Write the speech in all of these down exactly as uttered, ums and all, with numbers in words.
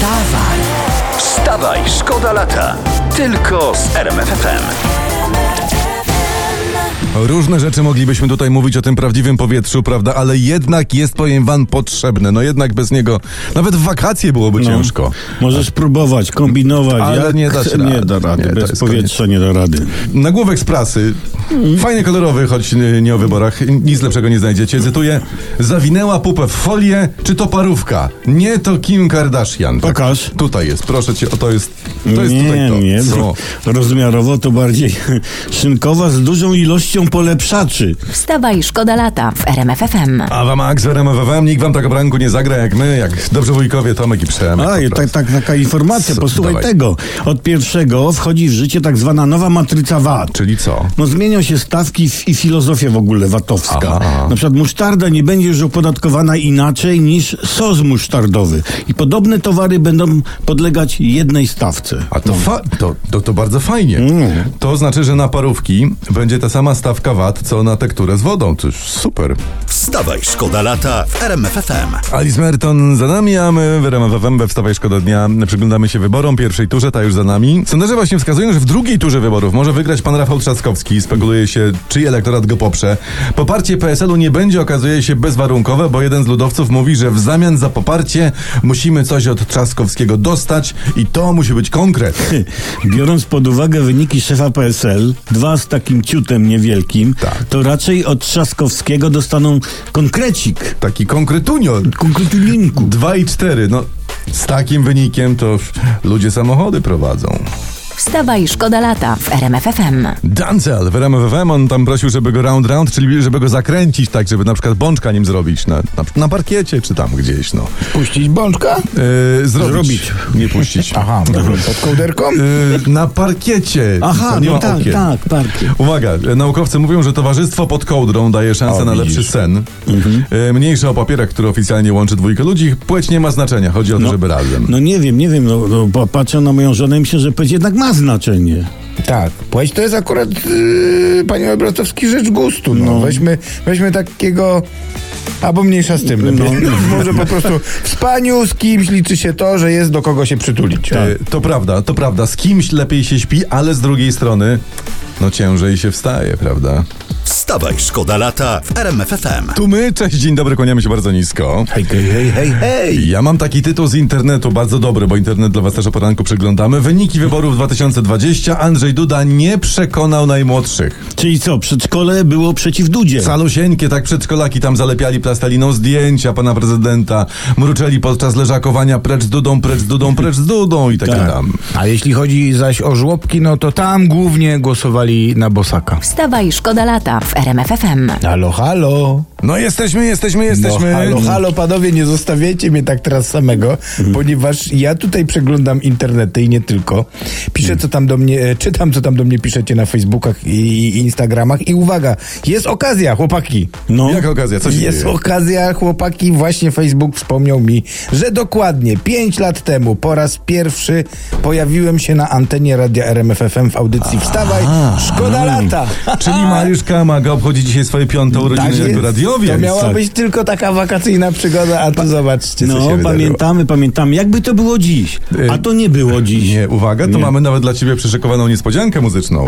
Wstawaj! Wstawaj, szkoda lata. Tylko z R M F F M. Różne rzeczy moglibyśmy tutaj mówić o tym prawdziwym powietrzu, prawda? Ale jednak jest, powiem wam, potrzebne. No jednak bez niego nawet w wakacje byłoby No, ciężko. możesz próbować, kombinować. Ale jak nie da się nie rady. da rady. Nie, to Bez jest powietrza koniec. nie da rady. Nagłówek z prasy. Fajny, kolorowy, choć nie o wyborach. Nic lepszego nie znajdziecie. Cytuję. Zawinęła pupę w folię, czy to parówka? Nie, to Kim Kardashian. Tak. Pokaż. Tutaj jest, proszę cię, o to jest, to jest nie, tutaj to. nie, Co? rozmiarowo to bardziej szynkowa z dużą ilością polepszaczy. Wstawaj, szkoda lata w R M F F M. A wam Max w R M F F M, nikt wam tak branku nie zagra jak my, jak dobrze wujkowie Tomek i Przemek. A, i tak, tak, taka informacja, Co? posłuchaj Dawaj. tego. Od pierwszego wchodzi w życie tak zwana nowa matryca V A T. Czyli co? No zmienią się stawki w, i filozofia w ogóle watowska. Aha. Na przykład musztarda nie będzie już opodatkowana inaczej niż sos musztardowy. I podobne towary będą podlegać jednej stawce. A to, fa- to, to, to bardzo fajnie. Mm. To znaczy, że na parówki będzie ta sama stawka V A T, co na tekturę z wodą. To już super. Wstawaj, szkoda lata w R M F F M. Alice Merton za nami, a my w R M F F M we Wstawaj Szkoda Dnia przyglądamy się wyborom. Pierwszej turze, ta już za nami. Sondaże właśnie wskazują, że w drugiej turze wyborów może wygrać pan Rafał Trzaskowski. Spekuluje się, czyj elektorat go poprze. Poparcie P S L u nie będzie, okazuje się, bezwarunkowe, bo jeden z ludowców mówi, że w zamian za poparcie musimy coś od Trzaskowskiego dostać i to musi być konkret. Biorąc pod uwagę wyniki szefa P S L, dwa z takim ciutem niewielkim, Tak. to raczej od Trzaskowskiego dostaną konkrecik. Taki konkretunio. Konkretulinku. Dwa i cztery. No, z takim wynikiem to ludzie samochody prowadzą. Wstawaj, szkoda lata w R M F F M. Dancel w R M F F M, on tam prosił, żeby go round round, czyli żeby go zakręcić tak, żeby na przykład bączka nim zrobić na, na, na parkiecie, czy tam gdzieś, no. Puścić bączka? Yy, zrobić. Zrobić. Nie puścić. Aha, pod kołderką? Yy, na parkiecie. Aha, To nie no ma tak, okien. tak, parki. Uwaga, naukowcy mówią, że towarzystwo pod kołdrą daje szansę O, na widzisz. lepszy sen. Yy, mniejsze o papierach, który oficjalnie łączy dwójkę ludzi. Płeć nie ma znaczenia, chodzi o to, No, żeby razem. No nie wiem, nie wiem, no, no bo patrzę na moją żonę i myślę, że płeć jednak ma znaczenie. Tak, płeć to jest akurat, yy, panie Obrotowski, rzecz gustu. No. No. Weźmy, weźmy takiego, albo mniejsza z tym. No. Lepiej. Może po prostu w spaniu z kimś liczy się to, że jest do kogo się przytulić. Tak. Yy, to prawda, to prawda. Z kimś lepiej się śpi, ale z drugiej strony, no ciężej się wstaje, prawda? Wstawaj, szkoda lata w R M F F M. Tu my, cześć, dzień dobry, kłaniamy się bardzo nisko. Hej, hej, hej, hej, hej. Ja mam taki tytuł z internetu, bardzo dobry, bo internet dla was też o poranku przeglądamy. Wyniki wyborów dwa tysiące dwudziestego. Andrzej Duda nie przekonał najmłodszych. Czyli co, przedszkole było przeciw Dudzie. Calusieńkie, tak przedszkolaki tam zalepiali plasteliną zdjęcia pana prezydenta, mruczeli podczas leżakowania precz z Dudą, precz z Dudą, precz z Dudą i takie Tak. tam. A jeśli chodzi zaś o żłobki, no to tam głównie głosowali na Bosaka. Wstawaj, szkoda lata w R M F F M. Halo, halo. No jesteśmy, jesteśmy, jesteśmy. No, halo, halo, panowie, nie zostawiajcie mnie tak teraz samego, ponieważ ja tutaj przeglądam internety i nie tylko. Piszę, co tam do mnie, e, czytam, co tam do mnie piszecie na Facebookach i, i Instagramach i uwaga, jest okazja, chłopaki. No. Jaka okazja, co się Jest dzieje? okazja, chłopaki, właśnie Facebook wspomniał mi, że dokładnie pięć lat temu po raz pierwszy pojawiłem się na antenie radia R M F F M w audycji Wstawaj, szkoda lata. Czyli Mariusz Kamaga obchodzi dzisiaj swoje piąte urodziny Tak jako jest. radiowiec. To miała tak. być tylko taka wakacyjna przygoda, a tu zobaczcie, co się No, wydarzyło. pamiętamy, pamiętamy. Jakby to było dziś. A to nie było dziś. Nie, uwaga, to Nie. mamy nawet dla ciebie przyszykowaną niespodziankę muzyczną.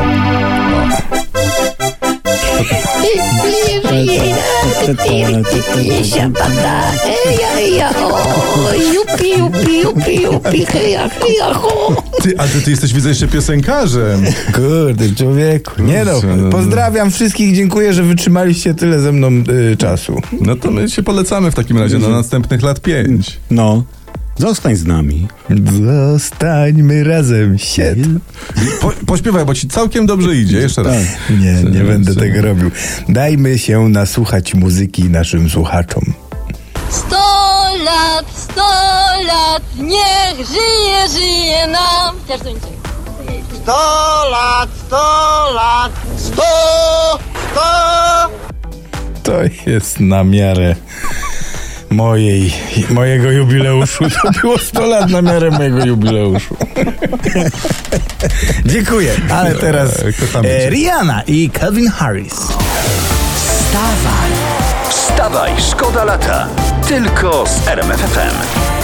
Ty, a ty, ty jesteś, widzę, jeszcze piosenkarzem. Kurde, człowieku. Nie no, pozdrawiam wszystkich, dziękuję, że wytrzymaliście tyle ze mną y, czasu. No to my się polecamy w takim razie na następnych lat pięć. No. Zostań z nami. Zostańmy razem, sied. Po, pośpiewaj, bo ci całkiem dobrze idzie. Jeszcze raz. Nie, nie będę tego robił. Dajmy się nasłuchać muzyki naszym słuchaczom. Sto lat, sto lat, niech żyje, żyje nam. Też to nic. Sto lat, sto lat, sto, sto. To jest na miarę mojej, mojego jubileuszu. To było sto lat na miarę mojego jubileuszu. Dziękuję, ale teraz kochamy cię. e, Rihanna i Calvin Harris. Wstawaj, szkoda lata. Tylko z R M F F M.